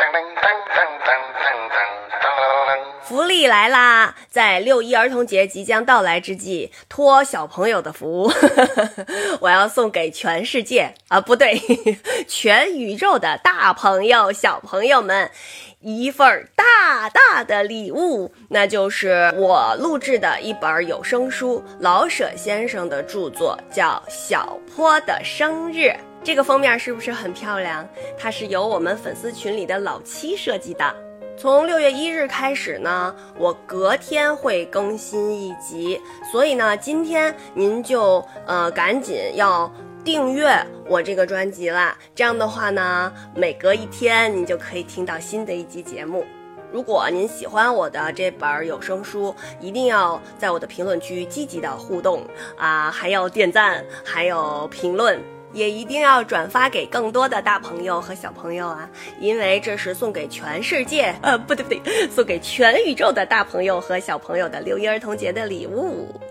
福利来啦！在6·1儿童节即将到来之际，托小朋友的福，我要送给全世界不对，全宇宙的大朋友小朋友们一份大大的礼物，那就是我录制的一本有声书，老舍先生的著作，叫《小坡的生日》。这个封面是不是很漂亮？它是由我们粉丝群里的老七设计的。从6月1日开始呢，我隔天会更新一集，所以呢，今天您就赶紧要订阅我这个专辑啦。这样的话呢，每隔一天您就可以听到新的一集节目。如果您喜欢我的这本有声书，一定要在我的评论区积极的互动还要点赞，还有评论。也一定要转发给更多的大朋友和小朋友啊，因为这是送给全世界不对，送给全宇宙的大朋友和小朋友的6·1儿童节的礼物。